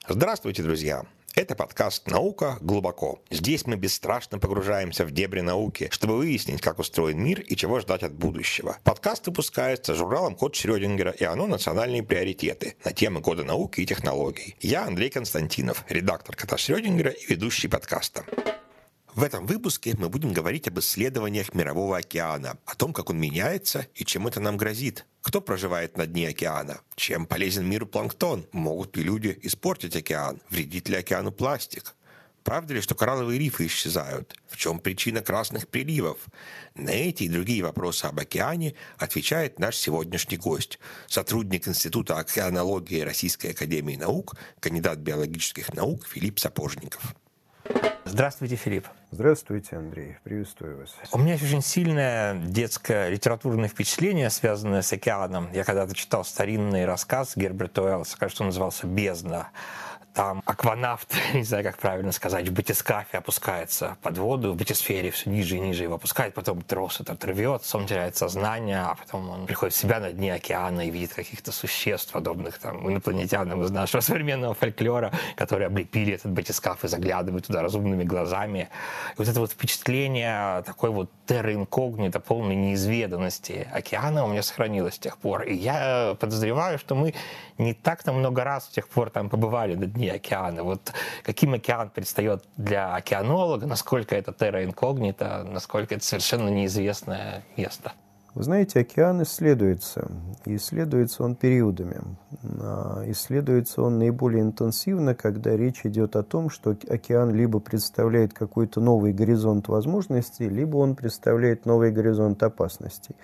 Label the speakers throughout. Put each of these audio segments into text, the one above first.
Speaker 1: Здравствуйте, друзья! Это подкаст «Наука глубоко». Здесь мы бесстрашно погружаемся в дебри науки, чтобы выяснить, как устроен мир и чего ждать от будущего. Подкаст выпускается журналом «Код Шрёдингера» и оно «Национальные приоритеты» на темы кода науки и технологий. Я Андрей Константинов, редактор «Кода Шрёдингера» и ведущий подкаста. В этом выпуске мы будем говорить об исследованиях Мирового океана, о том, как он меняется и чем это нам грозит. Кто проживает на дне океана? Чем полезен миру планктон? Могут ли люди испортить океан? Вредит ли океану пластик? Правда ли, что коралловые рифы исчезают? В чем причина красных приливов? На эти и другие вопросы об океане отвечает наш сегодняшний гость, сотрудник Института океанологии Российской академии наук, кандидат биологических наук Филипп Сапожников.
Speaker 2: Здравствуйте, Филипп.
Speaker 3: Здравствуйте, Андрей. Приветствую вас.
Speaker 2: У меня есть очень сильное детское литературное впечатление, связанное с океаном. Я когда-то читал старинный рассказ Герберта Уэллса, кажется, он назывался «Бездна». Там акванавт, не знаю, как правильно сказать, в батискафе опускается под воду, в батисфере все ниже и ниже его опускает, потом трос этот рвется, он теряет сознание, а потом он приходит в себя на дне океана и видит каких-то существ, подобных там инопланетянам из нашего современного фольклора, которые облепили этот батискаф и заглядывают туда разумными глазами. И вот это вот впечатление такой вот терра инкогнито, полной неизведанности океана у меня сохранилось с тех пор. И я подозреваю, что мы не так-то много раз с тех пор там побывали на дне океана. Вот каким океан предстает для океанолога, насколько это терра инкогнито, насколько это совершенно неизвестное место.
Speaker 3: Вы знаете, океан исследуется, и исследуется он периодами. Исследуется он наиболее интенсивно, когда речь идет о том, что океан либо представляет какой-то новый горизонт возможностей, либо он представляет новый горизонт опасностей.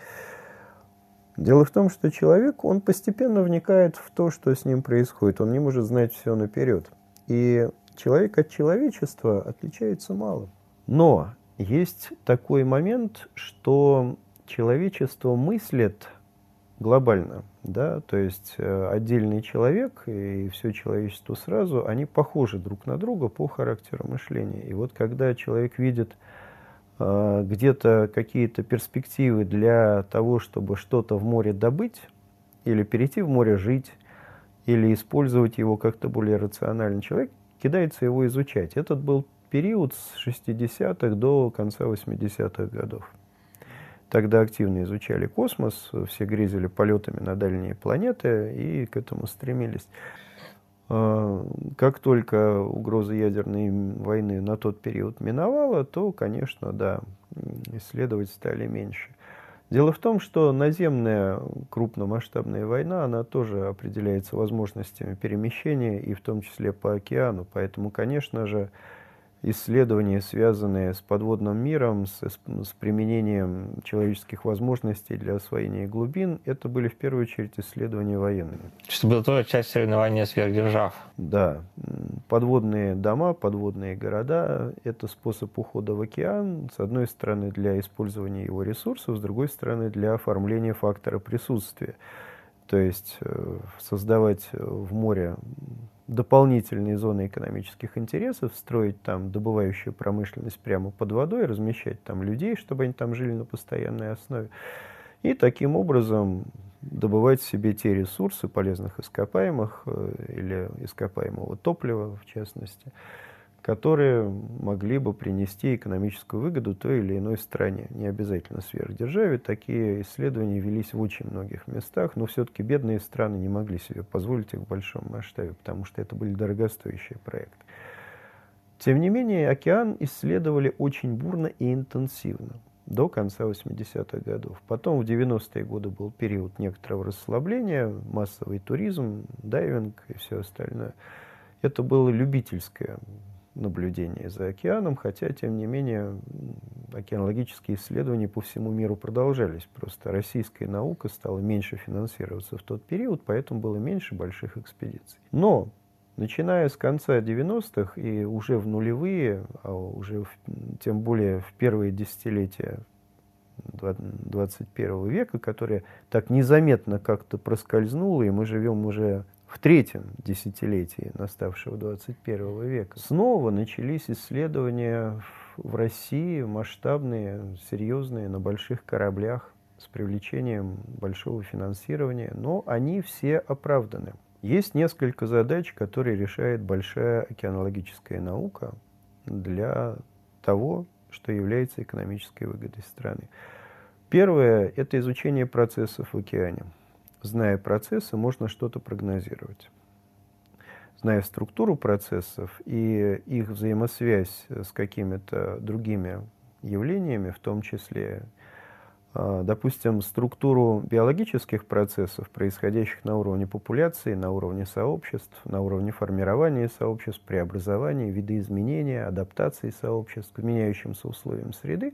Speaker 3: Дело в том, что человек, он постепенно вникает в то, что с ним происходит. Он не может знать все наперед. И человек от человечества отличается мало. Но есть такой момент, что человечество мыслит глобально. Да? То есть отдельный человек и все человечество сразу, они похожи друг на друга по характеру мышления. И вот когда человек видит где-то какие-то перспективы для того, чтобы что-то в море добыть, или перейти в море жить, или использовать его как-то более рационально, человек кидается его изучать. Этот был период с 60-х до конца 80-х годов. Тогда активно изучали космос, все грезили полетами на дальние планеты и к этому стремились. Как только угроза ядерной войны на тот период миновала, то, конечно, да, исследовать стали меньше. Дело в том, что наземная крупномасштабная война, она тоже определяется возможностями перемещения, и в том числе по океану. Поэтому, конечно же, исследования, связанные с подводным миром, с применением человеческих возможностей для освоения глубин, это были в первую очередь исследования военными.
Speaker 2: Что было тоже часть соревнования сверхдержав.
Speaker 3: Да. Подводные дома, подводные города – это способ ухода в океан, с одной стороны, для использования его ресурсов, с другой стороны, для оформления фактора присутствия. То есть создавать в море дополнительные зоны экономических интересов, строить там добывающую промышленность прямо под водой, размещать там людей, чтобы они там жили на постоянной основе. И таким образом добывать себе те ресурсы полезных ископаемых или ископаемого топлива, в частности, которые могли бы принести экономическую выгоду той или иной стране. Не обязательно сверхдержаве. Такие исследования велись в очень многих местах, но все-таки бедные страны не могли себе позволить их в большом масштабе, потому что это были дорогостоящие проекты. Тем не менее, океан исследовали очень бурно и интенсивно до конца 80-х годов. Потом в 90-е годы был период некоторого расслабления, массовый туризм, дайвинг и все остальное. Это было любительское наблюдение за океаном, хотя, тем не менее, океанологические исследования по всему миру продолжались. Просто российская наука стала меньше финансироваться в тот период, поэтому было меньше больших экспедиций. Но, начиная с конца 90-х и уже в нулевые, а уже тем более в первые десятилетия 21 века, которое так незаметно как-то проскользнуло, и мы живем уже в третьем десятилетии наставшего 21 века, снова начались исследования в России, масштабные, серьезные, на больших кораблях, с привлечением большого финансирования, но они все оправданы. Есть несколько задач, которые решает большая океанологическая наука для того, что является экономической выгодой страны. Первое – это изучение процессов в океане. Зная процессы, можно что-то прогнозировать. Зная структуру процессов и их взаимосвязь с какими-то другими явлениями, в том числе, допустим, структуру биологических процессов, происходящих на уровне популяции, на уровне сообществ, на уровне формирования сообществ, преобразования, видоизменения, адаптации сообществ к меняющимся условиям среды,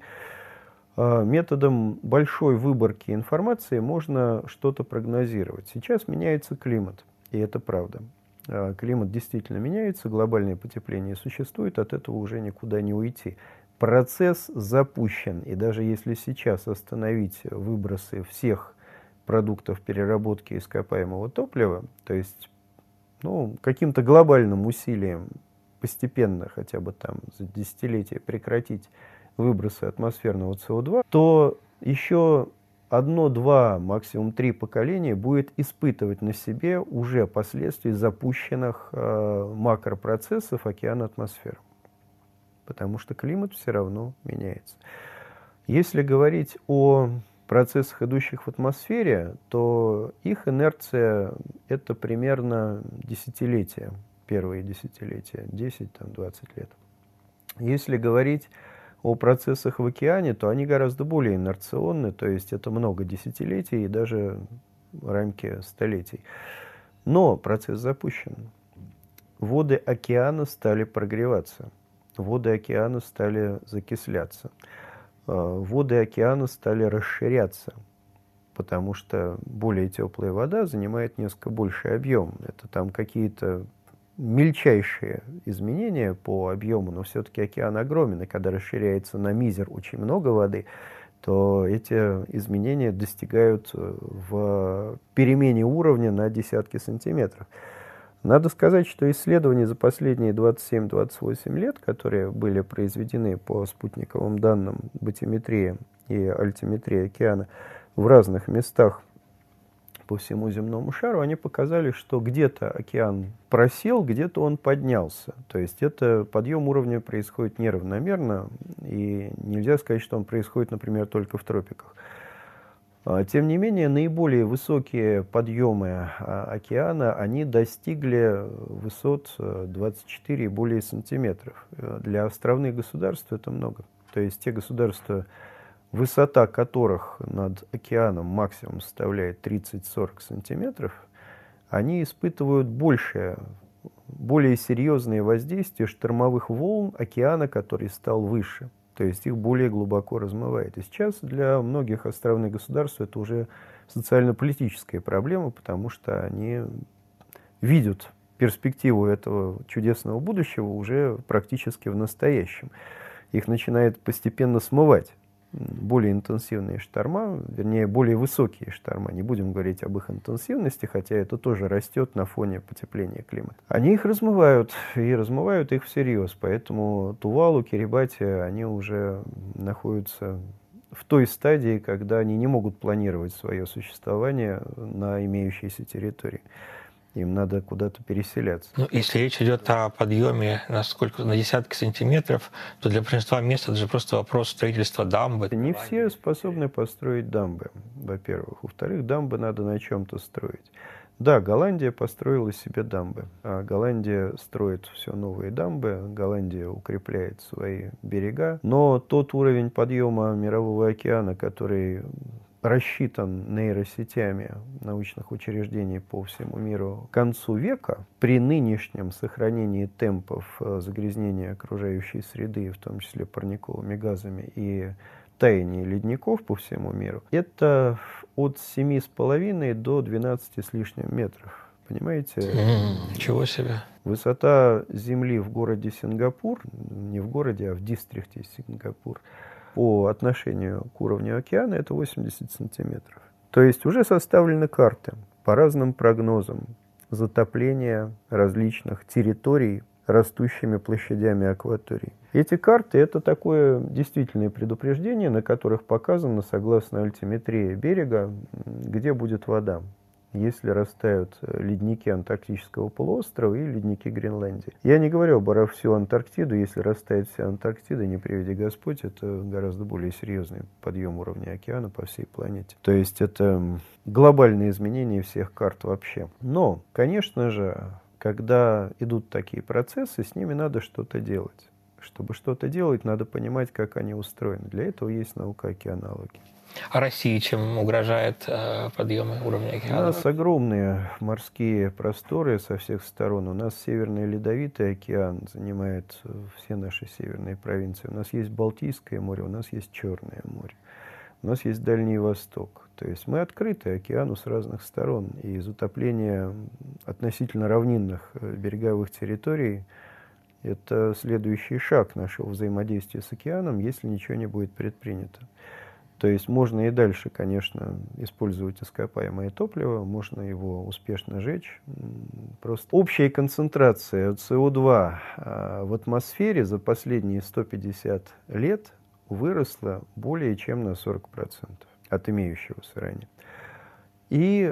Speaker 3: методом большой выборки информации можно что-то прогнозировать. Сейчас меняется климат, и это правда. Климат действительно меняется, глобальное потепление существует, от этого уже никуда не уйти. Процесс запущен, и даже если сейчас остановить выбросы всех продуктов переработки ископаемого топлива, то есть каким-то глобальным усилием постепенно, хотя бы там за десятилетия, прекратить выбросы атмосферного СО2, то еще 1-2, максимум 3 поколения будет испытывать на себе уже последствия запущенных макропроцессов океана-атмосферы. Потому что климат все равно меняется. Если говорить о процессах, идущих в атмосфере, то их инерция – это примерно десятилетия, первые десятилетия, 10-20 лет. Если говорить о процессах в океане, то они гораздо более инерционны, то есть это много десятилетий и даже рамки столетий. Но процесс запущен. Воды океана стали прогреваться. Воды океана стали закисляться, воды океана стали расширяться, потому что более теплая вода занимает несколько больший объем. Это там какие-то мельчайшие изменения по объему, но все-таки океан огромен, и когда расширяется на мизер очень много воды, то эти изменения достигают в перемене уровня на десятки сантиметров. Надо сказать, что исследования за последние 27-28 лет, которые были произведены по спутниковым данным батиметрии и альтиметрии океана в разных местах по всему земному шару, они показали, что где-то океан просел, где-то он поднялся. То есть это подъем уровня происходит неравномерно, и нельзя сказать, что он происходит, например, только в тропиках. Тем не менее, наиболее высокие подъемы океана, они достигли высот 24 и более сантиметров. Для островных государств это много. То есть те государства, высота которых над океаном максимум составляет 30-40 сантиметров, они испытывают более серьезные воздействия штормовых волн океана, который стал выше. То есть их более глубоко размывает. И сейчас для многих островных государств это уже социально-политическая проблема, потому что они видят перспективу этого чудесного будущего уже практически в настоящем. Их начинает постепенно смывать более интенсивные шторма, вернее, более высокие шторма. Не будем говорить об их интенсивности, хотя это тоже растет на фоне потепления климата. Они их размывают, и размывают их всерьез. Поэтому Тувалу, Кирибати, они уже находятся в той стадии, когда они не могут планировать свое существование на имеющейся территории. Им надо куда-то переселяться.
Speaker 2: Если речь идет о подъеме на десятки сантиметров, то для большинства мест это же просто вопрос строительства дамбы.
Speaker 3: Не все способны построить дамбы, во-первых. Во-вторых, дамбы надо на чем-то строить. Да, Голландия построила себе дамбы. Голландия строит все новые дамбы, Голландия укрепляет свои берега. Но тот уровень подъема Мирового океана, который рассчитан нейросетями научных учреждений по всему миру к концу века, при нынешнем сохранении темпов загрязнения окружающей среды, в том числе парниковыми газами, и таянии ледников по всему миру, это от 7,5 до 12 с лишним метров. Понимаете?
Speaker 2: Ничего себе.
Speaker 3: Высота Земли в городе Сингапур, не в городе, а в дистрикте Сингапур, по отношению к уровню океана, это 80 сантиметров. То есть уже составлены карты по разным прогнозам затопления различных территорий растущими площадями акваторий. Эти карты – это такое действительное предупреждение, на которых показано, согласно альтиметрии берега, где будет вода. если растают ледники Антарктического полуострова и ледники Гренландии. Я не говорю про всю Антарктиду. Если растает вся Антарктида, не приведи Господь, это гораздо более серьезный подъем уровня океана по всей планете. То есть это глобальные изменения всех карт вообще. Но, конечно же, когда идут такие процессы, с ними надо что-то делать. Чтобы что-то делать, надо понимать, как они устроены. Для этого есть наука океанологии.
Speaker 2: А России чем угрожает подъем уровня
Speaker 3: У
Speaker 2: океана?
Speaker 3: нас огромные морские просторы со всех сторон. У нас Северный Ледовитый океан занимает все наши северные провинции. У нас есть Балтийское море, у нас есть Черное море. У нас есть Дальний Восток. То есть мы открыты океану с разных сторон. И затопление относительно равнинных береговых территорий – это следующий шаг нашего взаимодействия с океаном, если ничего не будет предпринято. То есть можно и дальше, конечно, использовать ископаемое топливо, можно его успешно жечь. Просто общая концентрация СО2 в атмосфере за последние 150 лет выросла более чем на 40% от имеющегося ранее. И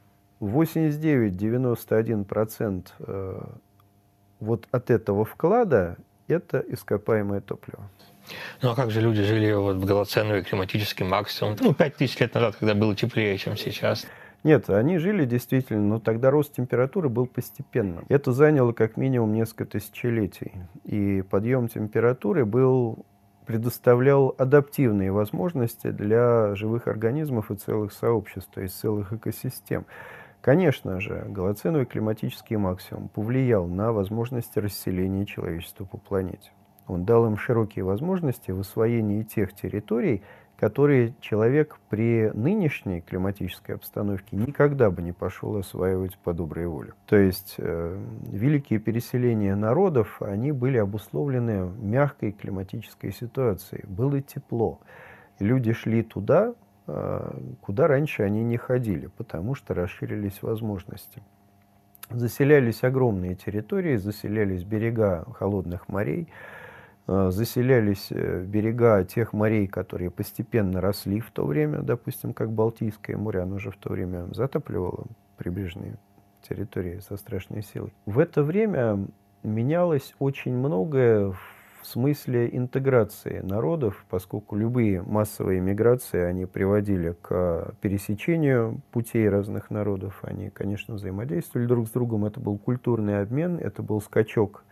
Speaker 3: 89-91% вот от этого вклада – это ископаемое топливо.
Speaker 2: Ну а как же люди жили вот в голоценовый климатический максимум? 5000 лет назад, когда было теплее, чем сейчас.
Speaker 3: Нет, они жили действительно, но тогда рост температуры был постепенным. Это заняло как минимум несколько тысячелетий. И подъем температуры предоставлял адаптивные возможности для живых организмов и целых сообществ, то есть целых экосистем. Конечно же, голоценовый климатический максимум повлиял на возможности расселения человечества по планете. Он дал им широкие возможности в освоении тех территорий, которые человек при нынешней климатической обстановке никогда бы не пошел осваивать по доброй воле. То есть великие переселения народов, они были обусловлены мягкой климатической ситуацией. Было тепло. Люди шли туда, куда раньше они не ходили, потому что расширились возможности. Заселялись огромные территории, заселялись берега холодных морей, заселялись берега тех морей, которые постепенно росли в то время, допустим, как Балтийское море, оно же в то время затапливало прибрежные территории со страшной силой. В это время менялось очень многое в смысле интеграции народов, поскольку любые массовые миграции, они приводили к пересечению путей разных народов, они, конечно, взаимодействовали друг с другом, это был культурный обмен, это был скачок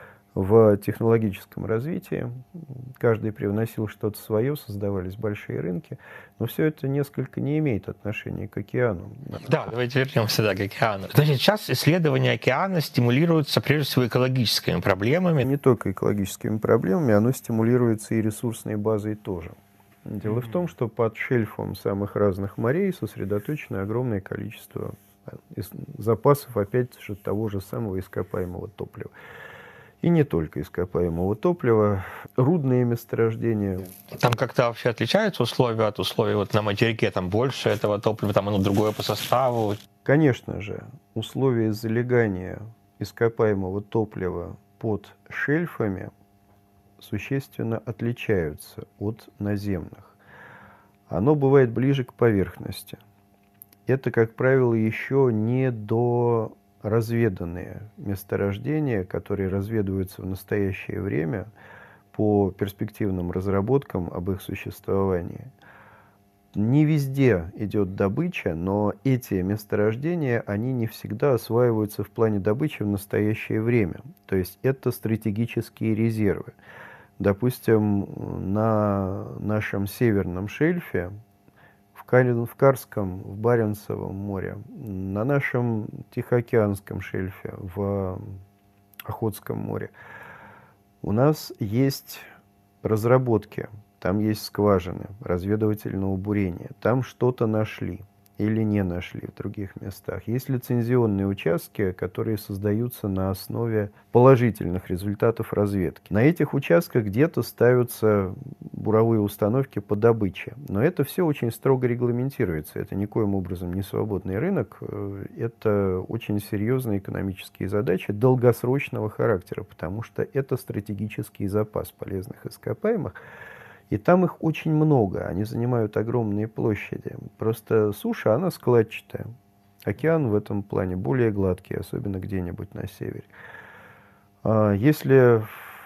Speaker 3: в технологическом развитии. Каждый привносил что-то свое, создавались большие рынки. Но все это несколько не имеет отношения к океану.
Speaker 2: Да, давайте вернемся к океану. Значит, сейчас исследования океана стимулируются прежде всего экологическими проблемами.
Speaker 3: Не только экологическими проблемами, оно стимулируется и ресурсной базой тоже. Дело в том, что под шельфом самых разных морей сосредоточено огромное количество запасов, опять же, того же самого ископаемого топлива. И не только ископаемого топлива, рудные месторождения.
Speaker 2: Там как-то вообще отличаются условия от условий? Вот на материке там больше этого топлива, там оно другое по составу?
Speaker 3: Конечно же, условия залегания ископаемого топлива под шельфами существенно отличаются от наземных. Оно бывает ближе к поверхности. Это, как правило, еще не до разведанные месторождения, которые разведываются в настоящее время по перспективным разработкам об их существовании. Не везде идет добыча, но эти месторождения, они не всегда осваиваются в плане добычи в настоящее время. То есть это стратегические резервы. Допустим, на нашем северном шельфе, в Карском, в Баренцевом море, на нашем Тихоокеанском шельфе, в Охотском море. У нас есть разработки, там есть скважины разведывательного бурения, там что-то нашли или не нашли в других местах. Есть лицензионные участки, которые создаются на основе положительных результатов разведки. На этих участках где-то ставятся буровые установки по добыче. Но это все очень строго регламентируется. Это никоим образом не свободный рынок. Это очень серьезные экономические задачи долгосрочного характера, потому что это стратегический запас полезных ископаемых. И там их очень много, они занимают огромные площади. Просто суша, она складчатая. Океан в этом плане более гладкий, особенно где-нибудь на севере. Если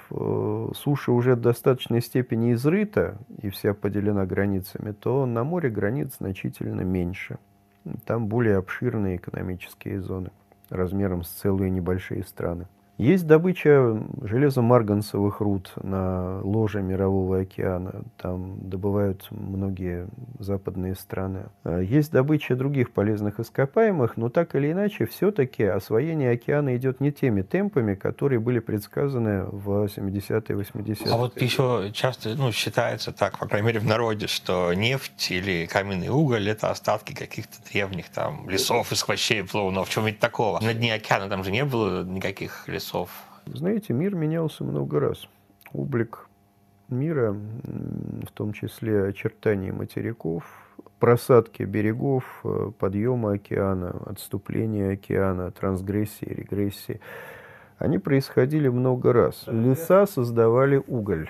Speaker 3: суша уже в достаточной степени изрыта и вся поделена границами, то на море границ значительно меньше. Там более обширные экономические зоны размером с целые небольшие страны. Есть добыча железомарганцевых руд на ложе Мирового океана. Там добывают многие западные страны. Есть добыча других полезных ископаемых, но так или иначе, все-таки освоение океана идет не теми темпами, которые были предсказаны в 70-е, 80-е.
Speaker 2: А вот еще часто считается так, по крайней мере в народе, что нефть или каменный уголь – это остатки каких-то древних там лесов из хвощей плавунов, чего-нибудь такого. На дне океана там же не было никаких лесов.
Speaker 3: Знаете, мир менялся много раз. Облик мира, в том числе очертания материков, просадки берегов, подъема океана, отступления океана, трансгрессии, регрессии, они происходили много раз. Леса создавали уголь.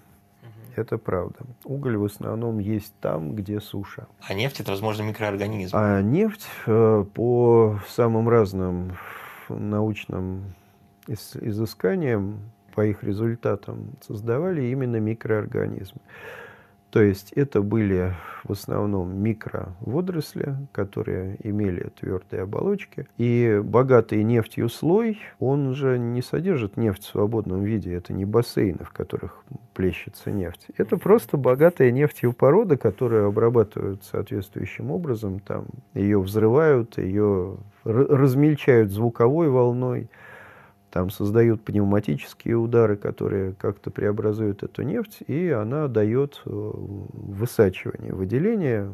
Speaker 3: Это правда. Уголь в основном есть там, где суша.
Speaker 2: А нефть – это, возможно, микроорганизм.
Speaker 3: А нефть по самым разным научным изысканиям, по их результатам, создавали именно микроорганизмы. То есть это были в основном микроводоросли, которые имели твердые оболочки. И богатый нефтью слой, он же не содержит нефть в свободном виде. Это не бассейны, в которых плещется нефть. Это просто богатая нефтью порода, которую обрабатывают соответствующим образом. Там ее взрывают, ее размельчают звуковой волной. Там создают пневматические удары, которые как-то преобразуют эту нефть, и она дает высачивание, выделение,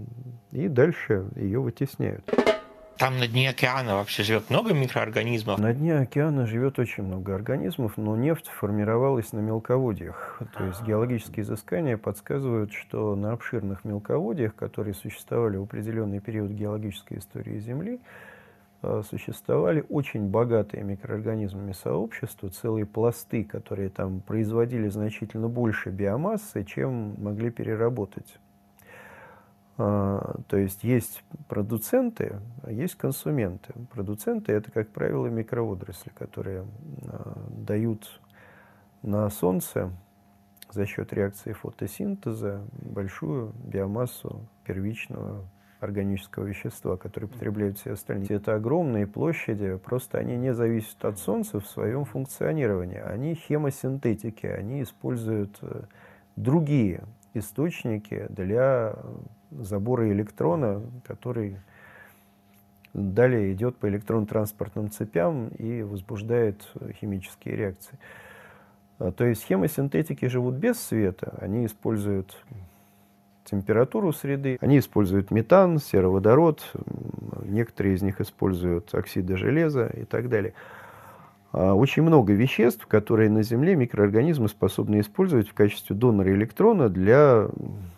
Speaker 3: и дальше ее вытесняют.
Speaker 2: Там на дне океана вообще живет много микроорганизмов?
Speaker 3: На дне океана живет очень много организмов, но нефть формировалась на мелководьях. То есть геологические изыскания подсказывают, что на обширных мелководьях, которые существовали в определенный период геологической истории Земли, существовали очень богатые микроорганизмами сообщества, целые пласты, которые там производили значительно больше биомассы, чем могли переработать. То есть есть продуценты, а есть консументы. Продуценты – это, как правило, микроводоросли, которые дают на солнце за счет реакции фотосинтеза большую биомассу первичного органического вещества, которое потребляют все остальные. Это огромные площади, просто они не зависят от Солнца в своем функционировании. Они хемосинтетики, они используют другие источники для забора электрона, который далее идет по электронно-транспортным цепям и возбуждает химические реакции. То есть хемосинтетики живут без света, они используют температуру среды. Они используют метан, сероводород, некоторые из них используют оксиды железа и так далее. Очень много веществ, которые на Земле микроорганизмы способны использовать в качестве донора электрона для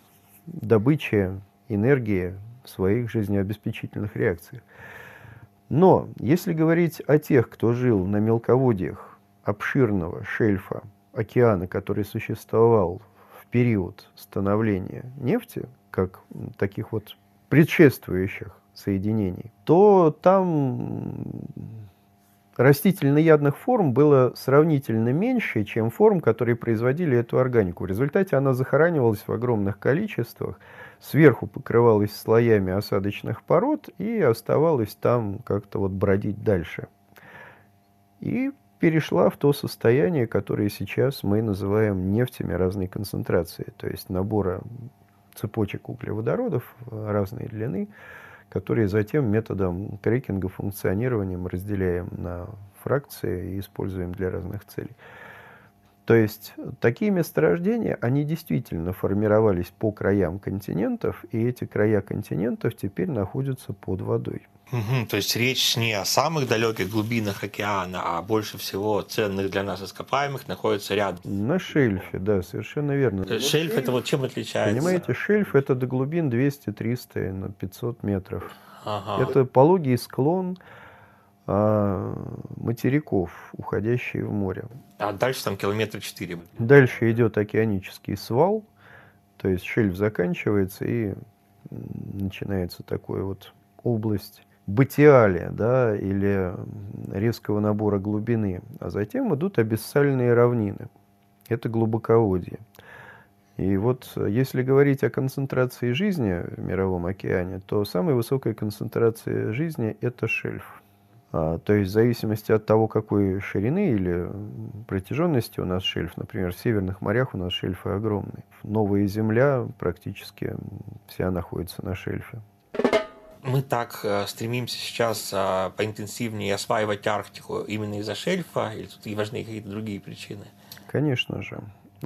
Speaker 3: добычи энергии в своих жизнеобеспечительных реакциях. Но если говорить о тех, кто жил на мелководьях обширного шельфа океана, который существовал в период становления нефти, как таких вот предшествующих соединений, то там растительноядных форм было сравнительно меньше, чем форм, которые производили эту органику. В результате она захоранивалась в огромных количествах, сверху покрывалась слоями осадочных пород и оставалась там как-то вот бродить дальше. И перешла в то состояние, которое сейчас мы называем нефтями разной концентрации, то есть набора цепочек углеводородов разной длины, которые затем методом крекинга, функционирования мы разделяем на фракции и используем для разных целей. То есть такие месторождения, они действительно формировались по краям континентов, и эти края континентов теперь находятся под водой.
Speaker 2: То есть речь не о самых далеких глубинах океана, а больше всего ценных для нас ископаемых находится рядом.
Speaker 3: На шельфе, да, совершенно верно.
Speaker 2: Шельф это вот чем отличается?
Speaker 3: Понимаете, шельф это до глубин 200-300 на 500 метров.
Speaker 2: Ага.
Speaker 3: Это пологий склон материков, уходящие в море.
Speaker 2: А дальше там километра 4.
Speaker 3: Дальше идет океанический свал, то есть шельф заканчивается и начинается такая вот область батиали, да, или резкого набора глубины, а затем идут абиссальные равнины. Это глубоководье. И вот если говорить о концентрации жизни в Мировом океане, то самая высокая концентрация жизни – это шельф. То есть в зависимости от того, какой ширины или протяженности у нас шельф, например, в северных морях у нас шельфы огромные. Новая Земля практически вся находится на шельфе.
Speaker 2: Мы так стремимся сейчас поинтенсивнее осваивать Арктику именно из-за шельфа, или тут и важны какие-то другие причины?
Speaker 3: Конечно же.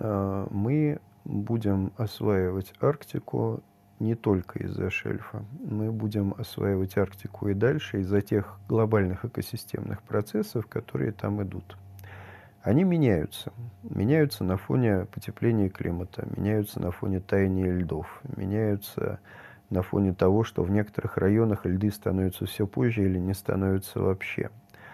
Speaker 3: Мы будем осваивать Арктику не только из-за шельфа. Мы будем осваивать Арктику и дальше из-за тех глобальных экосистемных процессов, которые там идут. Они меняются. Меняются на фоне потепления климата, меняются на фоне таяния льдов, меняются на фоне того, что в некоторых районах льды становятся все позже или не становятся вообще.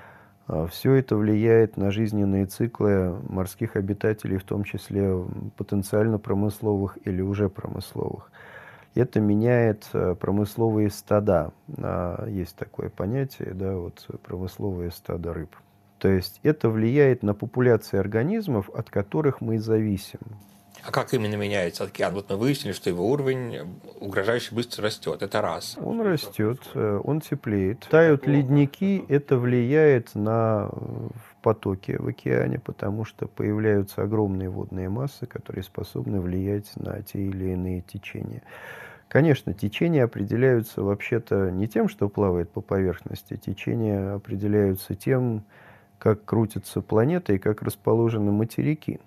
Speaker 3: Все это влияет на жизненные циклы морских обитателей, в том числе потенциально промысловых или уже промысловых. Это меняет промысловые стада. Есть такое понятие, да, вот промысловые стада рыб. То есть это влияет на популяции организмов, от которых мы зависим.
Speaker 2: А как именно меняется океан? Вот мы выяснили, что его уровень угрожающе быстро растет. Это раз.
Speaker 3: Он растет, он теплеет. Тают ледники, это влияет на потоки в океане, потому что появляются огромные водные массы, которые способны влиять на те или иные течения. Конечно, течения определяются вообще-то не тем, что плавает по поверхности. Течения определяются тем, как крутится планета и как расположены материки.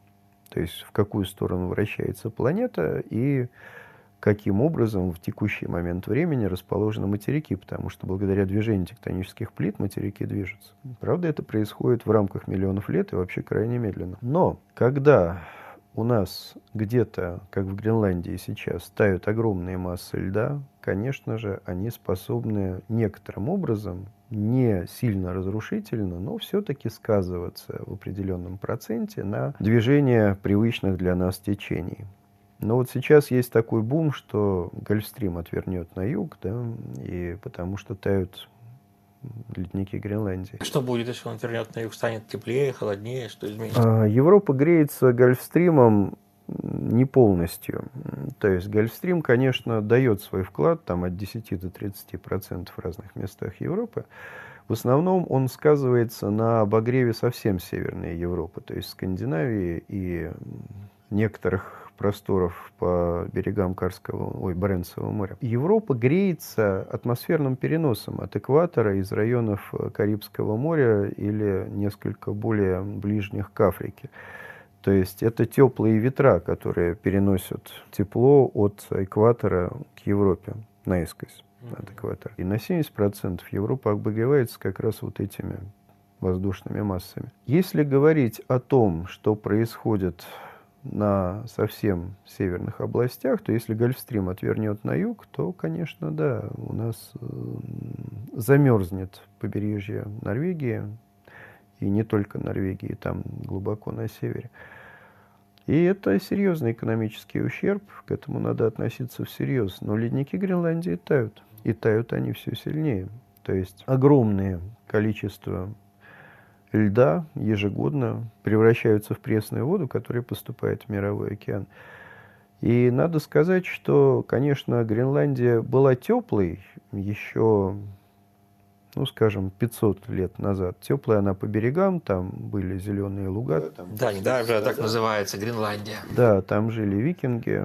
Speaker 3: То есть в какую сторону вращается планета и каким образом в текущий момент времени расположены материки, потому что благодаря движению тектонических плит материки движутся. Правда, это происходит в рамках миллионов лет и вообще крайне медленно. Но когда у нас где-то, как в Гренландии сейчас, тают огромные массы льда, конечно же, они способны некоторым образом, не сильно разрушительно, но все-таки сказываться в определенном проценте на движение привычных для нас течений. Но вот сейчас есть такой бум, что Гольфстрим отвернет на юг, да, и потому что тают ледники Гренландии.
Speaker 2: Что будет, если он вернет на юг? Станет теплее, холоднее? Что изменится?
Speaker 3: Европа греется Гольфстримом не полностью. То есть Гольфстрим, конечно, дает свой вклад там, от 10 до 30% в разных местах Европы. В основном он сказывается на обогреве совсем Северной Европы, то есть Скандинавии и некоторых просторов по берегам Баренцевого моря. Европа греется атмосферным переносом от экватора из районов Карибского моря или несколько более ближних к Африке. То есть это теплые ветра, которые переносят тепло от экватора к Европе наискось от экватора. И на 70% Европа обогревается как раз вот этими воздушными массами. Если говорить о том, что происходит на совсем северных областях, то если Гольфстрим отвернет на юг, то, конечно, да, у нас замерзнет побережье Норвегии, и не только Норвегии, там глубоко на севере. И это серьезный экономический ущерб, к этому надо относиться всерьез. Но ледники Гренландии тают, и тают они все сильнее. То есть огромное количество льда ежегодно превращаются в пресную воду, которая поступает в Мировой океан. И надо сказать, что, конечно, Гренландия была теплой еще, ну, скажем, 500 лет назад. Теплая она по берегам, там были зеленые луга.
Speaker 2: Да, недавно так называется Гренландия.
Speaker 3: Да, там жили викинги.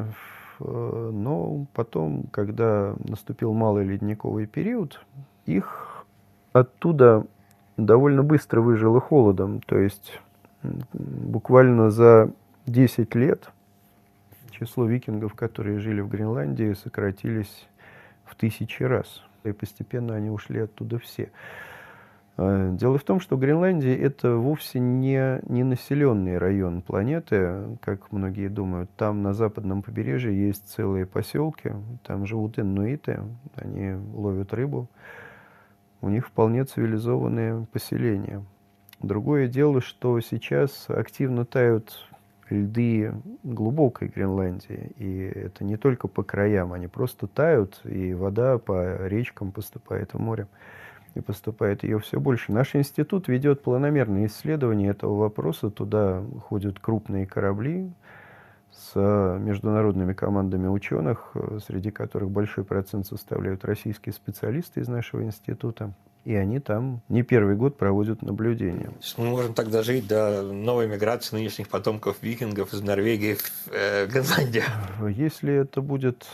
Speaker 3: Но потом, когда наступил малый ледниковый период, их оттуда довольно быстро выжило холодом. То есть буквально за 10 лет число викингов, которые жили в Гренландии, сократились в 1000 раз. И постепенно они ушли оттуда все. Дело в том, что Гренландия – это вовсе не населенный район планеты, как многие думают. Там на западном побережье есть целые поселки, там живут иннуиты, они ловят рыбу. У них вполне цивилизованные поселения. Другое дело, что сейчас активно тают льды глубокой Гренландии. И это не только по краям, они просто тают, и вода по речкам поступает в море. И поступает ее все больше. Наш институт ведет планомерные исследования этого вопроса. Туда ходят крупные корабли с международными командами ученых, среди которых большой процент составляют российские специалисты из нашего института. И они там не первый год проводят наблюдения.
Speaker 2: Мы можем так дожить до новой миграции нынешних потомков викингов из Норвегии в Гренландию.
Speaker 3: Если это будет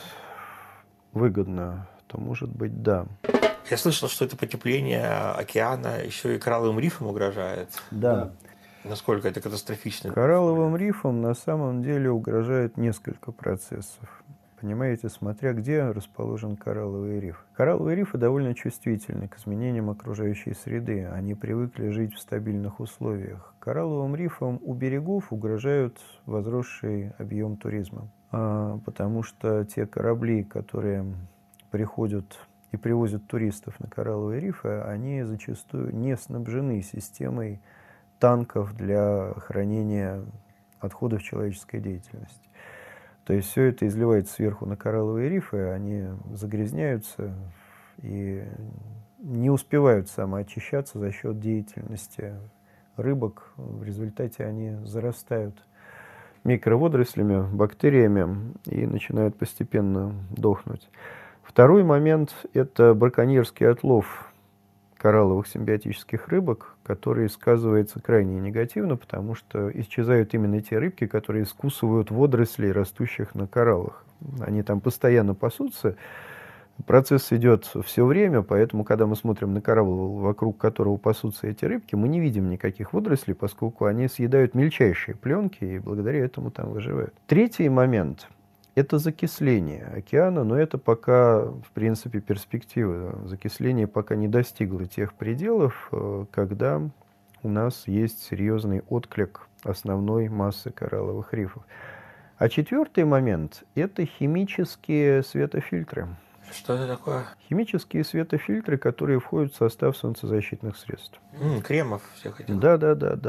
Speaker 3: выгодно, то, может быть, да.
Speaker 2: Я слышал, что это потепление океана еще и коралловым рифам угрожает.
Speaker 3: Да.
Speaker 2: Насколько это катастрофично?
Speaker 3: Коралловым рифам на самом деле угрожает несколько процессов. Понимаете, смотря где расположен коралловый риф. Коралловые рифы довольно чувствительны к изменениям окружающей среды. Они привыкли жить в стабильных условиях. Коралловым рифам у берегов угрожают возросший объем туризма. Потому что те корабли, которые приходят и привозят туристов на коралловые рифы, они зачастую не снабжены системой танков для хранения отходов человеческой деятельности. То есть все это изливается сверху на коралловые рифы, они загрязняются и не успевают самоочищаться за счет деятельности рыбок. В результате они зарастают микроводорослями, бактериями и начинают постепенно дохнуть. Второй момент – это браконьерский отлов коралловых симбиотических рыбок, который сказывается крайне негативно, потому что исчезают именно те рыбки, которые скусывают водоросли, растущих на кораллах. Они там постоянно пасутся, процесс идет все время, поэтому, когда мы смотрим на коралл, вокруг которого пасутся эти рыбки, мы не видим никаких водорослей, поскольку они съедают мельчайшие пленки и благодаря этому там выживают. Третий момент – это закисление океана, но это пока, в принципе, перспектива. Закисление пока не достигло тех пределов, когда у нас есть серьезный отклик основной массы коралловых рифов. А четвертый момент – это химические светофильтры.
Speaker 2: Что это такое?
Speaker 3: Химические светофильтры, которые входят в состав солнцезащитных средств.
Speaker 2: Кремов всех этих.
Speaker 3: Да.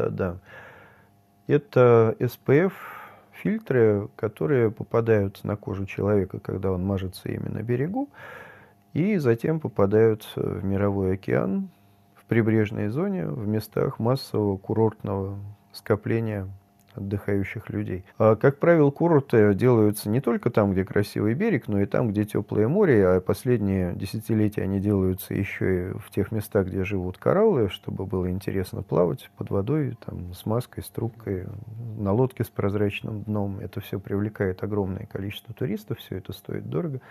Speaker 3: Это SPF фильтры, которые попадают на кожу человека, когда он мажется ими на берегу, и затем попадают в мировой океан, в прибрежной зоне, в местах массового курортного скопления отдыхающих людей. Как правило, курорты делаются не только там, где красивый берег, но и там, где теплое море, а последние десятилетия они делаются еще и в тех местах, где живут кораллы, чтобы было интересно плавать под водой, там, с маской, с трубкой, на лодке с прозрачным дном. Это все привлекает огромное количество туристов, все это стоит дорого.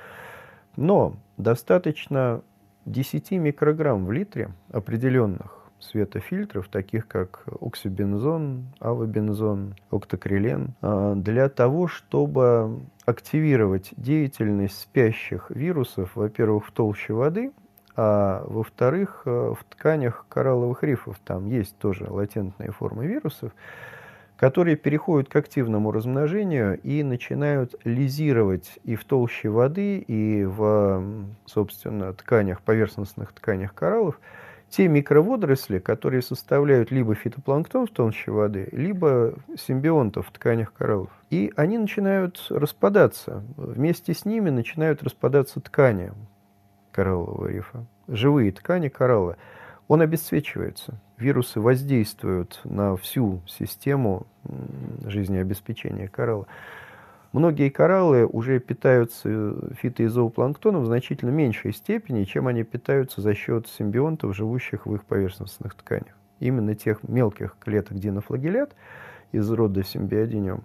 Speaker 3: Но достаточно 10 микрограмм в литре определенных светофильтров, таких как оксибензон, авобензон, октокрилен, для того, чтобы активировать деятельность спящих вирусов, во-первых, в толще воды, а во-вторых, в тканях коралловых рифов. Там есть тоже латентные формы вирусов, которые переходят к активному размножению и начинают лизировать и в толще воды, и в, собственно, тканях, поверхностных тканях кораллов, те микроводоросли, которые составляют либо фитопланктон в толще воды, либо симбионтов в тканях кораллов. И они начинают распадаться. Вместе с ними начинают распадаться ткани кораллового рифа, живые ткани коралла. Он обесцвечивается. Вирусы воздействуют на всю систему жизнеобеспечения коралла. Многие кораллы уже питаются фито- и зоопланктоном в значительно меньшей степени, чем они питаются за счет симбионтов, живущих в их поверхностных тканях. Именно тех мелких клеток динофлагеллят из рода симбиодиниум,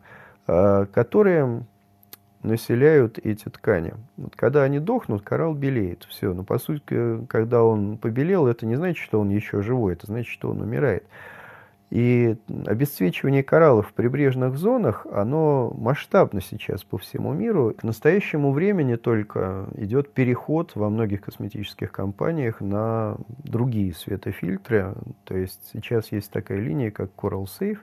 Speaker 3: которые населяют эти ткани. Вот когда они дохнут, коралл белеет. Все. Но по сути, когда он побелел, это не значит, что он еще живой, это значит, что он умирает. И обесцвечивание кораллов в прибрежных зонах, оно масштабно сейчас по всему миру. К настоящему времени только идет переход во многих косметических компаниях на другие светофильтры. То есть сейчас есть такая линия, как Coral Safe,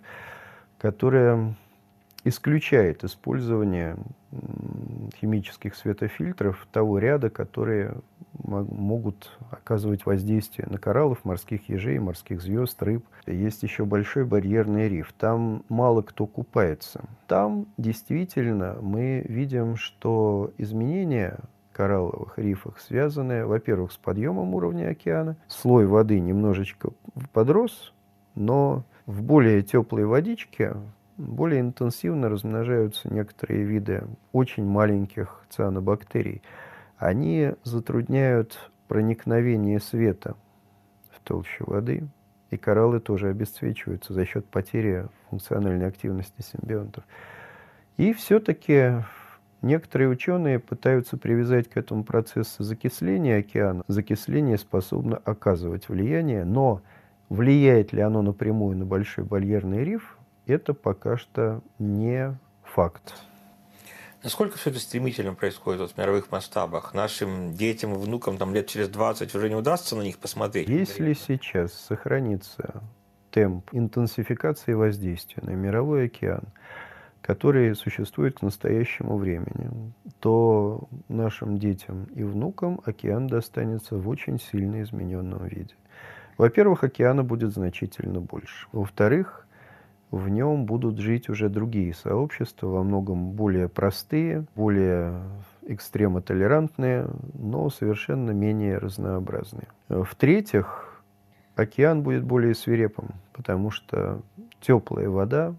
Speaker 3: которая исключает использование химических светофильтров того ряда, которые могут оказывать воздействие на кораллов, морских ежей, морских звезд, рыб. Есть еще большой барьерный риф. Там мало кто купается. Там действительно мы видим, что изменения в коралловых рифах связаны, во-первых, с подъемом уровня океана. Слой воды немножечко подрос, но в более теплой водичке более интенсивно размножаются некоторые виды очень маленьких цианобактерий. Они затрудняют проникновение света в толщу воды, и кораллы тоже обесцвечиваются за счет потери функциональной активности симбионтов. И все-таки некоторые ученые пытаются привязать к этому процессу закисления океана. Закисление способно оказывать влияние, но влияет ли оно напрямую на большой барьерный риф, это пока что не факт.
Speaker 2: Насколько все это стремительно происходит в мировых масштабах? Нашим детям и внукам там, лет через 20 уже не удастся на них посмотреть?
Speaker 3: Если сейчас сохранится темп интенсификации воздействия на мировой океан, который существует к настоящему времени, то нашим детям и внукам океан достанется в очень сильно измененном виде. Во-первых, океана будет значительно больше. Во-вторых, в нем будут жить уже другие сообщества, во многом более простые, более экстремотолерантные, но совершенно менее разнообразные. В-третьих, океан будет более свирепым, потому что теплая вода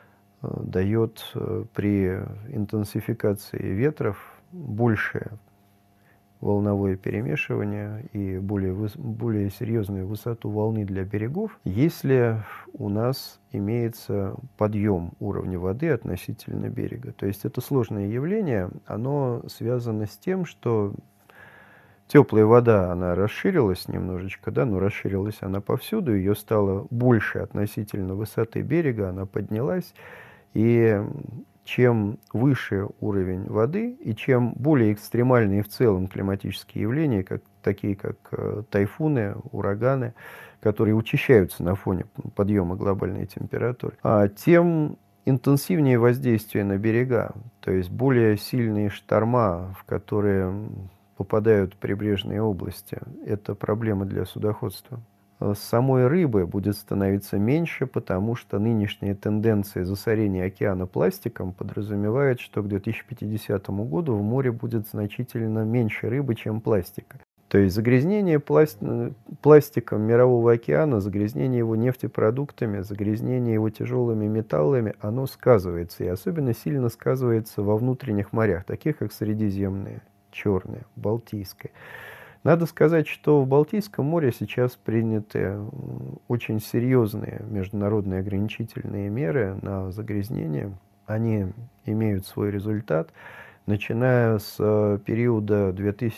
Speaker 3: дает при интенсификации ветров большее волновое перемешивание и более серьезную высоту волны для берегов, если у нас имеется подъем уровня воды относительно берега. То есть это сложное явление, оно связано с тем, что теплая вода, она расширилась немножечко, да, но расширилась она повсюду, ее стало больше относительно высоты берега, она поднялась, и чем выше уровень воды и чем более экстремальные в целом климатические явления, такие как тайфуны, ураганы, которые учащаются на фоне подъема глобальной температуры, тем интенсивнее воздействие на берега, то есть более сильные шторма, в которые попадают прибрежные области. Это проблема для судоходства. Самой рыбы будет становиться меньше, потому что нынешняя тенденция засорения океана пластиком подразумевает, что к 2050 году в море будет значительно меньше рыбы, чем пластика. То есть загрязнение пластиком мирового океана, загрязнение его нефтепродуктами, загрязнение его тяжелыми металлами, оно сказывается, и особенно сильно сказывается во внутренних морях, таких как Средиземное, Черное, Балтийское. Надо сказать, что в Балтийском море сейчас приняты очень серьезные международные ограничительные меры на загрязнение. Они имеют свой результат. Начиная с периода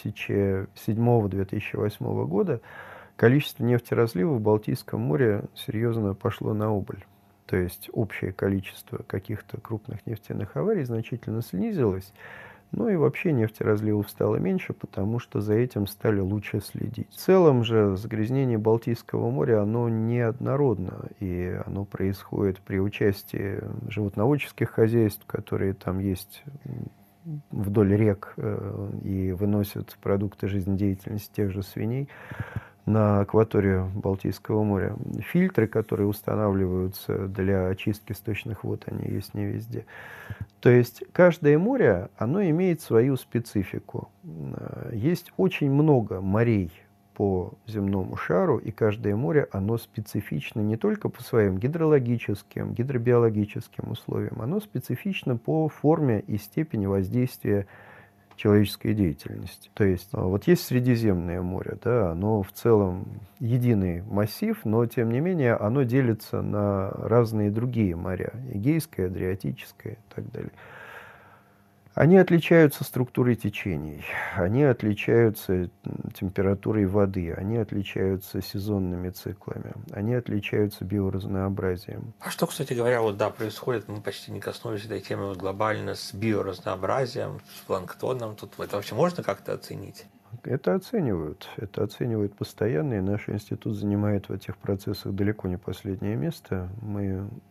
Speaker 3: 2007-2008 года количество нефтеразлива в Балтийском море серьезно пошло на убыль. То есть общее количество каких-то крупных нефтяных аварий значительно снизилось. Ну и вообще нефтеразливов стало меньше, потому что за этим стали лучше следить. В целом же загрязнение Балтийского моря, оно неоднородно, и оно происходит при участии животноводческих хозяйств, которые там есть вдоль рек и выносят продукты жизнедеятельности тех же свиней на акваторию Балтийского моря. Фильтры, которые устанавливаются для очистки сточных вод, они есть не везде. То есть каждое море, оно имеет свою специфику. Есть очень много морей по земному шару, и каждое море, оно специфично не только по своим гидрологическим, гидробиологическим условиям, оно специфично по форме и степени воздействия человеческой деятельности. То есть вот есть Средиземное море, да, оно в целом единый массив, но тем не менее оно делится на разные другие моря, Эгейское, Адриатическое и так далее. Они отличаются структурой течений, они отличаются температурой воды, они отличаются сезонными циклами, они отличаются биоразнообразием.
Speaker 2: А что, кстати говоря, вот да, происходит, мы почти не коснулись этой темы вот глобально с биоразнообразием, с планктоном. Тут это вообще можно как-то оценить?
Speaker 3: Это оценивают постоянно, и наш институт занимает в этих процессах далеко не последнее место. Мы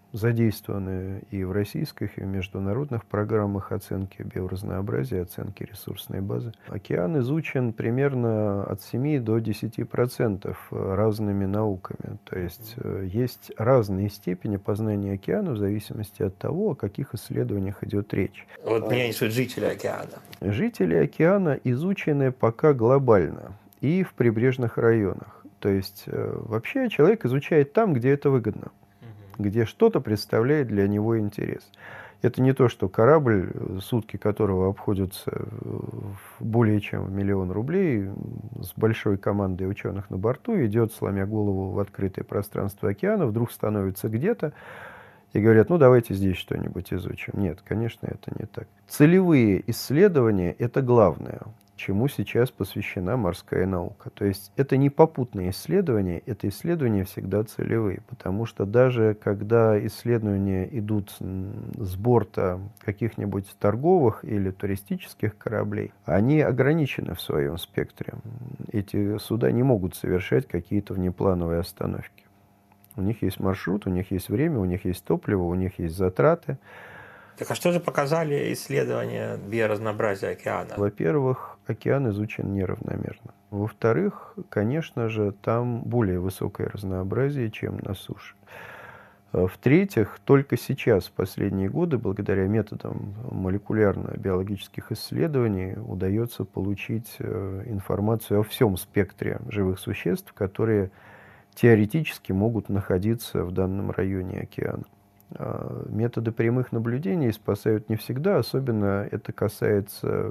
Speaker 3: задействованы и в российских, и в международных программах оценки биоразнообразия, оценки ресурсной базы. Океан изучен примерно от 7 до 10% разными науками. То есть есть разные степени познания океана в зависимости от того, о каких исследованиях идет речь.
Speaker 2: Вот меня интересуют жители океана.
Speaker 3: Жители океана изучены пока глобально и в прибрежных районах. То есть вообще человек изучает там, где это выгодно, где что-то представляет для него интерес. Это не то, что корабль, сутки которого обходятся более чем в 1 000 000 рублей, с большой командой ученых на борту, идет, сломя голову в открытое пространство океана, вдруг становится где-то, и говорят, ну давайте здесь что-нибудь изучим. Нет, конечно, это не так. Целевые исследования – это главное, чему сейчас посвящена морская наука. То есть это не попутные исследования, это исследования всегда целевые, потому что даже когда исследования идут с борта каких-нибудь торговых или туристических кораблей, они ограничены в своем спектре. Эти суда не могут совершать какие-то внеплановые остановки. У них есть маршрут, у них есть время, у них есть топливо, у них есть затраты.
Speaker 2: Так а что же показали исследования биоразнообразия океана?
Speaker 3: Во-первых, океан изучен неравномерно. Во-вторых, конечно же, там более высокое разнообразие, чем на суше. В-третьих, только сейчас, в последние годы, благодаря методам молекулярно-биологических исследований, удается получить информацию о всем спектре живых существ, которые теоретически могут находиться в данном районе океана. Методы прямых наблюдений спасают не всегда, особенно это касается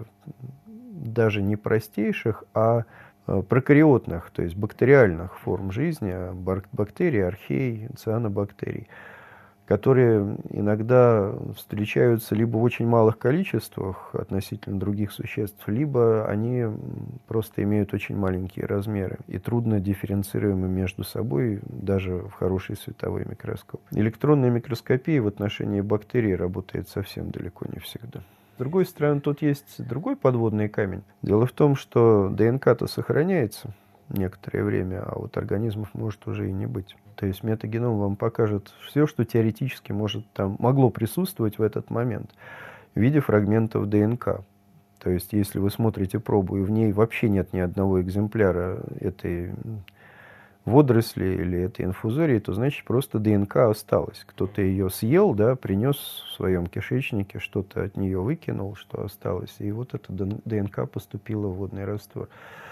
Speaker 3: даже не простейших, а прокариотных, то есть бактериальных форм жизни, бактерий, архей, цианобактерий, которые иногда встречаются либо в очень малых количествах относительно других существ, либо они просто имеют очень маленькие размеры и трудно дифференцируемы между собой даже в хороший световой микроскоп. Электронная микроскопия в отношении бактерий работает совсем далеко не всегда. С другой стороны, тут есть другой подводный камень. Дело в том, что ДНК-то сохраняется некоторое время, а вот организмов может уже и не быть. То есть метагеном вам покажет все, что теоретически могло присутствовать в этот момент в виде фрагментов ДНК. То есть если вы смотрите пробу, и в ней вообще нет ни одного экземпляра этой водоросли или этой инфузории, то значит просто ДНК осталась. Кто-то ее съел, да, принес в своем кишечнике, что-то от нее выкинул, что осталось, и вот эта ДНК поступила в водный раствор.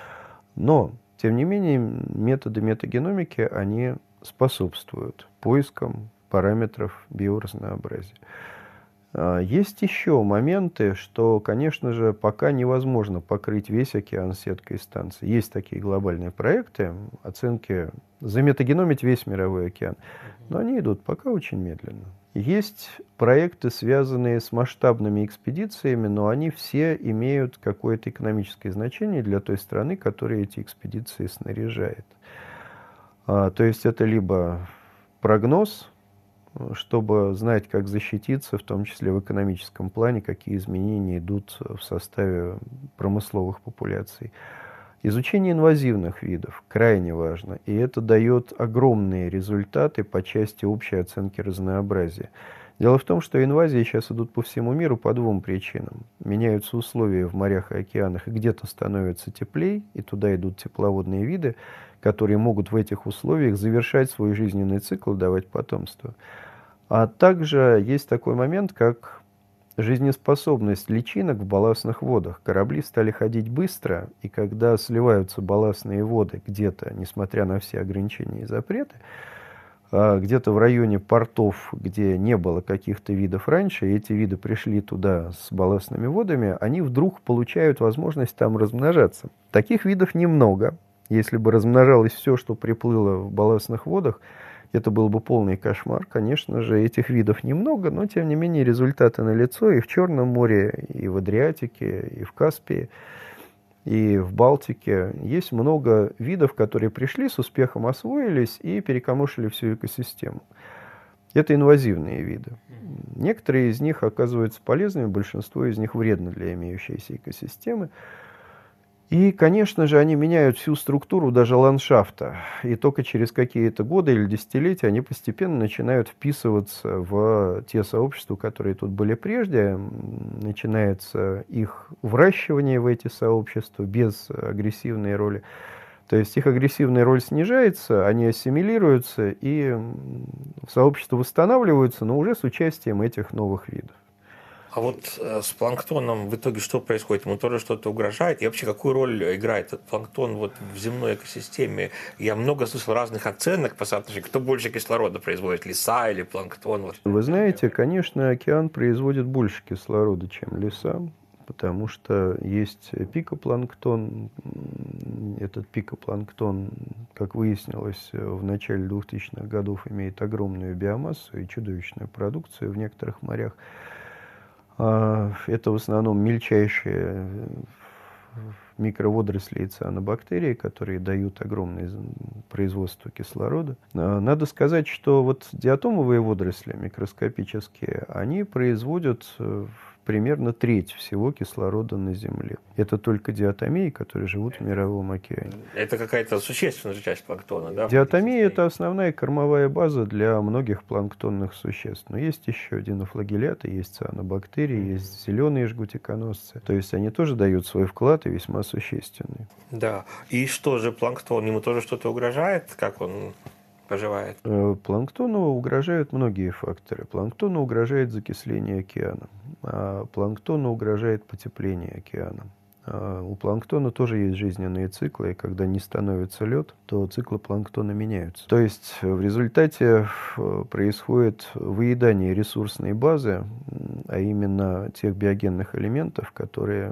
Speaker 3: Но, тем не менее, методы метагеномики, они способствуют поискам параметров биоразнообразия. Есть еще моменты, что, конечно же, пока невозможно покрыть весь океан сеткой станций. Есть такие глобальные проекты, оценки, заметагеномить весь мировой океан, но они идут пока очень медленно. Есть проекты, связанные с масштабными экспедициями, но они все имеют какое-то экономическое значение для той страны, которая эти экспедиции снаряжает. То есть это либо прогноз, чтобы знать, как защититься, в том числе в экономическом плане, какие изменения идут в составе промысловых популяций. Изучение инвазивных видов крайне важно, и это дает огромные результаты по части общей оценки разнообразия. Дело в том, что инвазии сейчас идут по всему миру по двум причинам. Меняются условия в морях и океанах, и где-то становится теплей, и туда идут тепловодные виды, которые могут в этих условиях завершать свой жизненный цикл, давать потомство. А также есть такой момент, как жизнеспособность личинок в балластных водах. Корабли стали ходить быстро, и когда сливаются балластные воды где-то, несмотря на все ограничения и запреты, где-то в районе портов, где не было каких-то видов раньше, и эти виды пришли туда с балластными водами, они вдруг получают возможность там размножаться. Таких видов немного. Если бы размножалось все, что приплыло в балластных водах, это был бы полный кошмар. Конечно же, этих видов немного, но, тем не менее, результаты налицо и в Черном море, и в Адриатике, и в Каспии, и в Балтике. Есть много видов, которые пришли, с успехом освоились и перекамушили всю экосистему. Это инвазивные виды. Некоторые из них оказываются полезными, большинство из них вредно для имеющейся экосистемы. И, конечно же, они меняют всю структуру даже ландшафта. И только через какие-то годы или десятилетия они постепенно начинают вписываться в те сообщества, которые тут были прежде. Начинается их вращивание в эти сообщества без агрессивной роли. То есть их агрессивная роль снижается, они ассимилируются и сообщества восстанавливаются, но уже с участием этих новых видов.
Speaker 2: А вот с планктоном в итоге что происходит? Ему тоже что-то угрожает? И вообще, какую роль играет этот планктон вот в земной экосистеме? Я много слышал разных оценок по соотношению. Кто больше кислорода производит, леса или планктон? Вот.
Speaker 3: Вы знаете, конечно, океан производит больше кислорода, чем леса, потому что есть пикопланктон. Этот пикопланктон, как выяснилось, в начале 2000-х годов имеет огромную биомассу и чудовищную продукцию в некоторых морях. Это в основном мельчайшие микроводоросли и цианобактерии, которые дают огромное производство кислорода. Надо сказать, что вот диатомовые водоросли микроскопические, они производят примерно треть всего кислорода на Земле. Это только диатомии, которые живут в Мировом океане.
Speaker 2: Это какая-то существенная часть планктона, да?
Speaker 3: Диатомия – это основная кормовая база для многих планктонных существ. Но есть еще динофлагелляты, есть цианобактерии, есть зеленые жгутиконосцы. То есть они тоже дают свой вклад и весьма существенный.
Speaker 2: Да. И что же планктон? Ему тоже что-то угрожает? Как он поживает?
Speaker 3: Планктону угрожают многие факторы. Планктону угрожает закисление океана. Планктону угрожает потепление океана. У планктона тоже есть жизненные циклы, и когда не становится лед, то циклы планктона меняются. То есть в результате происходит выедание ресурсной базы, а именно тех биогенных элементов, которые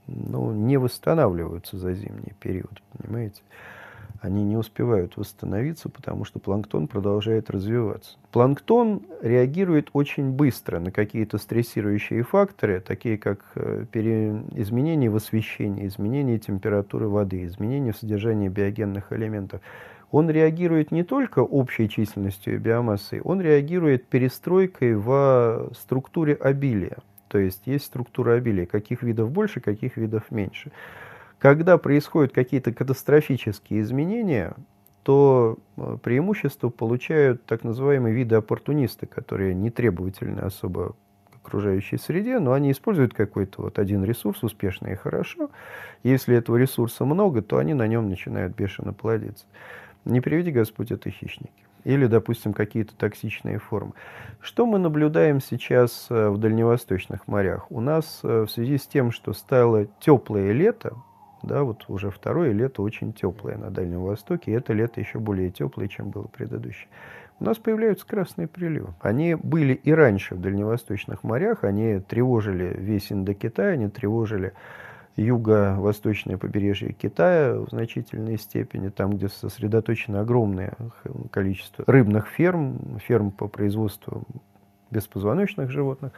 Speaker 3: не восстанавливаются за зимний период, понимаете? Они не успевают восстановиться, потому что планктон продолжает развиваться. Планктон реагирует очень быстро на какие-то стрессирующие факторы, такие как изменения в освещении, изменение температуры воды, изменение в содержании биогенных элементов. Он реагирует не только общей численностью и биомассой, он реагирует перестройкой в структуре обилия. То есть есть структура обилия, каких видов больше, каких видов меньше. Когда происходят какие-то катастрофические изменения, то преимущество получают так называемые виды оппортунисты, которые не требовательны особо к окружающей среде, но они используют какой-то вот один ресурс успешно и хорошо. Если этого ресурса много, то они на нем начинают бешено плодиться. Не приведи Господь, это хищники. Или, допустим, какие-то токсичные формы. Что мы наблюдаем сейчас в дальневосточных морях? У нас в связи с тем, что стало теплое лето, да, вот уже второе лето очень теплое на Дальнем Востоке, и это лето еще более теплое, чем было предыдущее. У нас появляются красные приливы. Они были и раньше в дальневосточных морях, они тревожили весь Индокитай, они тревожили юго-восточное побережье Китая в значительной степени, там, где сосредоточено огромное количество рыбных ферм, ферм по производству беспозвоночных животных.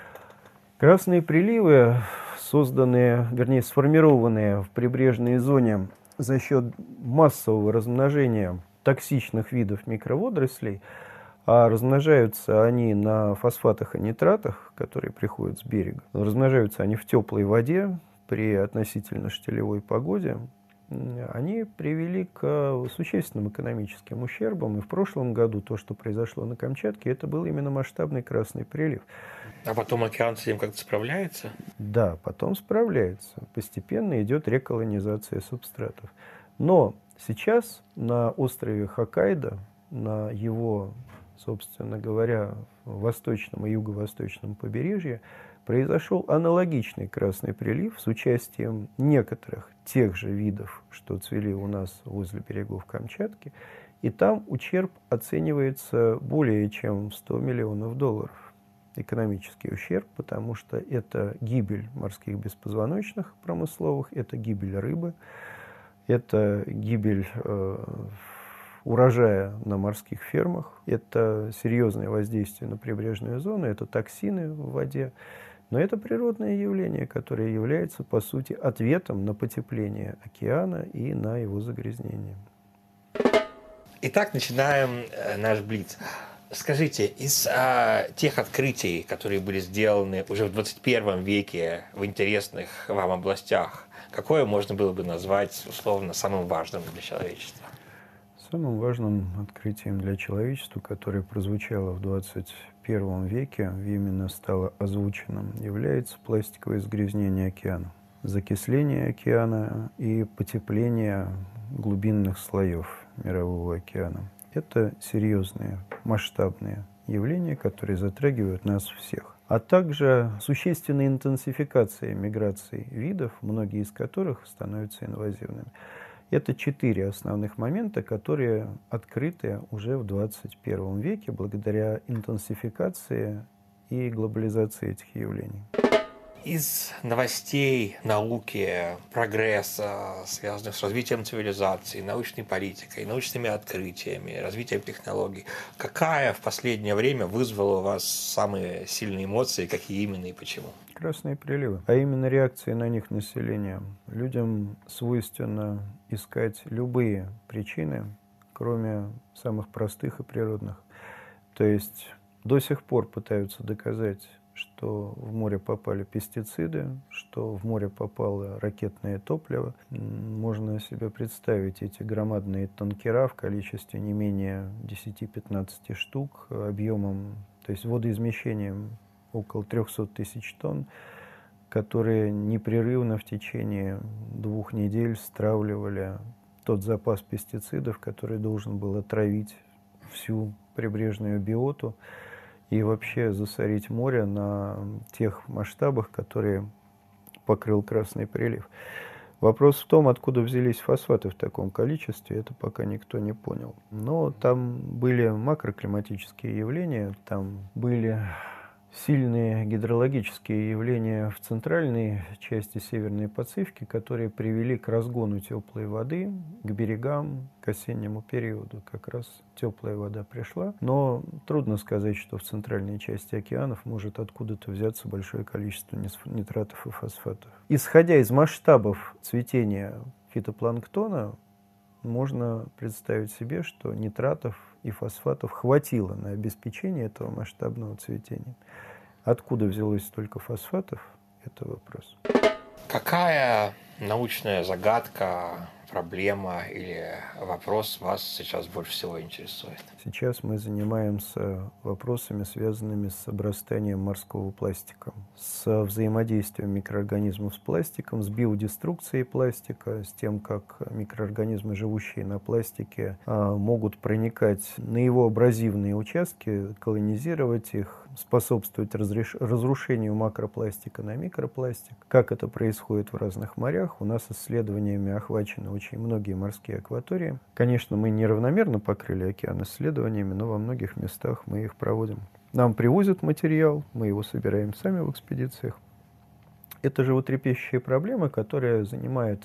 Speaker 3: Красные приливы, сформированные в прибрежной зоне за счет массового размножения токсичных видов микроводорослей, а размножаются они на фосфатах и нитратах, которые приходят с берега. Размножаются они в теплой воде при относительно штилевой погоде. Они привели к существенным экономическим ущербам. И в прошлом году то, что произошло на Камчатке, это был именно масштабный красный прилив.
Speaker 2: А потом океан с этим как-то справляется?
Speaker 3: Да, потом справляется. Постепенно идет реколонизация субстратов. Но сейчас на острове Хоккайдо, на его, собственно говоря, восточном и юго-восточном побережье, произошел аналогичный красный прилив с участием некоторых тех же видов, что цвели у нас возле берегов Камчатки. И там ущерб оценивается более чем в $100 миллионов. Экономический ущерб, потому что это гибель морских беспозвоночных промысловых, это гибель рыбы, это гибель урожая на морских фермах, это серьезное воздействие на прибрежную зону, это токсины в воде. Но это природное явление, которое является, по сути, ответом на потепление океана и на его загрязнение.
Speaker 2: Итак, начинаем наш блиц. Скажите, из тех открытий, которые были сделаны уже в 21 веке в интересных вам областях, какое можно было бы назвать условно самым важным для человечества?
Speaker 3: Самым важным открытием для человечества, которое прозвучало в 21 веке, именно стало озвученным, является пластиковое загрязнение океана. Закисление океана и потепление глубинных слоев Мирового океана. Это серьезные, масштабные явления, которые затрагивают нас всех. А также существенная интенсификация миграций видов, многие из которых становятся инвазивными. Это 4 основных момента, которые открыты уже в 21 веке благодаря интенсификации и глобализации этих явлений.
Speaker 2: Из новостей науки, прогресса, связанных с развитием цивилизации, научной политикой, научными открытиями, развитием технологий, какая в последнее время вызвала у вас самые сильные эмоции, какие именно и почему?
Speaker 3: Красные приливы, а именно реакции на них населения. Людям свойственно искать любые причины, кроме самых простых и природных. То есть до сих пор пытаются доказать, что в море попали пестициды, что в море попало ракетное топливо. Можно себе представить эти громадные танкера в количестве не менее 10-15 штук, объемом, то есть водоизмещением около 300 тысяч тонн, которые непрерывно в течение 2 недель стравливали тот запас пестицидов, который должен был отравить всю прибрежную биоту и вообще засорить море на тех масштабах, которые покрыл Красный прилив. Вопрос в том, откуда взялись фосфаты в таком количестве, это пока никто не понял. Но там были макроклиматические явления, там были сильные гидрологические явления в центральной части Северной Пацифики, которые привели к разгону теплой воды к берегам к осеннему периоду. Как раз теплая вода пришла. Но трудно сказать, что в центральной части океанов может откуда-то взяться большое количество нитратов и фосфатов. Исходя из масштабов цветения фитопланктона, можно представить себе, что нитратов и фосфатов хватило на обеспечение этого масштабного цветения. Откуда взялось столько фосфатов, это вопрос.
Speaker 2: Какая научная загадка, проблема или вопрос вас сейчас больше всего интересует?
Speaker 3: Сейчас мы занимаемся вопросами, связанными с обрастанием морского пластика, с взаимодействием микроорганизмов с пластиком, с биодеструкцией пластика, с тем, как микроорганизмы, живущие на пластике, могут проникать на его абразивные участки, колонизировать их, способствовать разрушению макропластика на микропластик. Как это происходит в разных морях? У нас исследованиями охвачены очень многие морские акватории. Конечно, мы неравномерно покрыли океан исследованиями, но во многих местах мы их проводим. Нам привозят материал, мы его собираем сами в экспедициях. Это животрепещущая проблема, которая занимает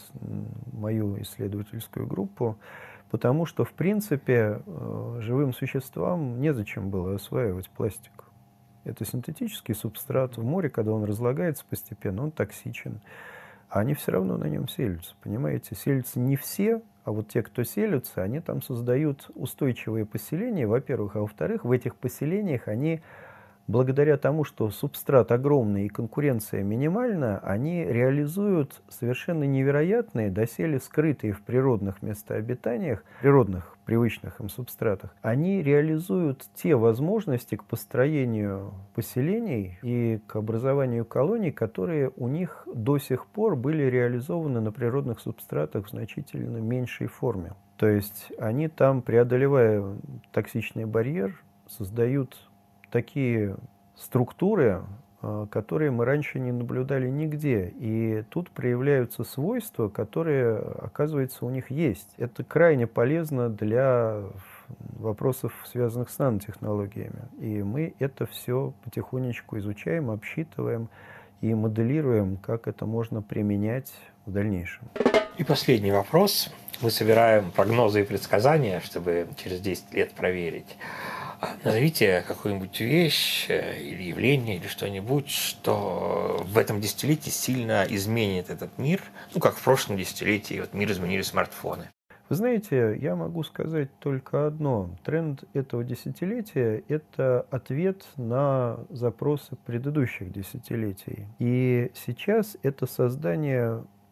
Speaker 3: мою исследовательскую группу, потому что, в принципе, живым существам незачем было осваивать пластик. Это синтетический субстрат. В море, когда он разлагается постепенно, он токсичен. А они все равно на нем селятся, понимаете? Селятся не все, а вот те, кто селятся, они там создают устойчивые поселения, во-первых. А во-вторых, в этих поселениях они, благодаря тому, что субстрат огромный и конкуренция минимальна, они реализуют совершенно невероятные, доселе скрытые в природных местообитаниях, природных, привычных им субстратах, они реализуют те возможности к построению поселений и к образованию колоний, которые у них до сих пор были реализованы на природных субстратах в значительно меньшей форме. То есть они там, преодолевая токсичный барьер, создают такие структуры, которые мы раньше не наблюдали нигде. И тут проявляются свойства, которые, оказывается, у них есть. Это крайне полезно для вопросов, связанных с нанотехнологиями. И мы это все потихонечку изучаем, обсчитываем и моделируем, как это можно применять в дальнейшем.
Speaker 2: И последний вопрос. Мы собираем прогнозы и предсказания, чтобы через 10 лет проверить. Назовите какую-нибудь вещь или явление, или что-нибудь, что в этом десятилетии сильно изменит этот мир, ну, как в прошлом десятилетии вот мир изменили смартфоны.
Speaker 3: Вы знаете, я могу сказать только одно. Тренд этого десятилетия – это ответ на запросы предыдущих десятилетий. И сейчас это создание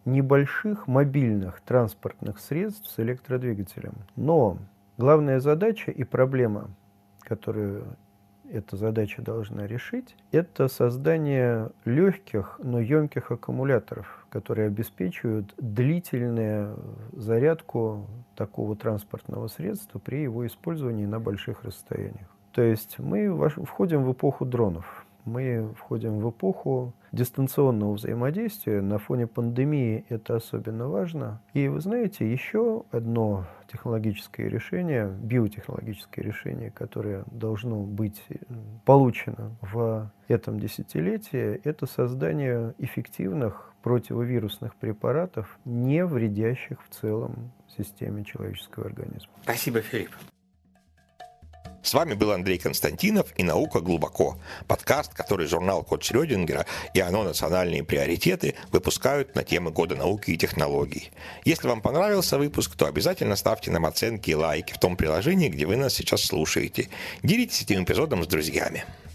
Speaker 3: небольших мобильных транспортных средств с электродвигателем. Но главная задача и проблема, которую эта задача должна решить, это создание легких, но емких аккумуляторов, которые обеспечивают длительную зарядку такого транспортного средства при его использовании на больших расстояниях. То есть мы входим в эпоху дронов. Мы входим в эпоху дистанционного взаимодействия. На фоне пандемии это особенно важно. И вы знаете, еще одно технологическое решение, биотехнологическое решение, которое должно быть получено в этом десятилетии, это создание эффективных противовирусных препаратов, не вредящих в целом системе человеческого организма.
Speaker 2: Спасибо, Филипп.
Speaker 1: С вами был Андрей Константинов и «Наука глубоко» – подкаст, который журнал «Код Шрёдингера» и ОНО «Национальные приоритеты» выпускают на темы года науки и технологий. Если вам понравился выпуск, то обязательно ставьте нам оценки и лайки в том приложении, где вы нас сейчас слушаете. Делитесь этим эпизодом с друзьями.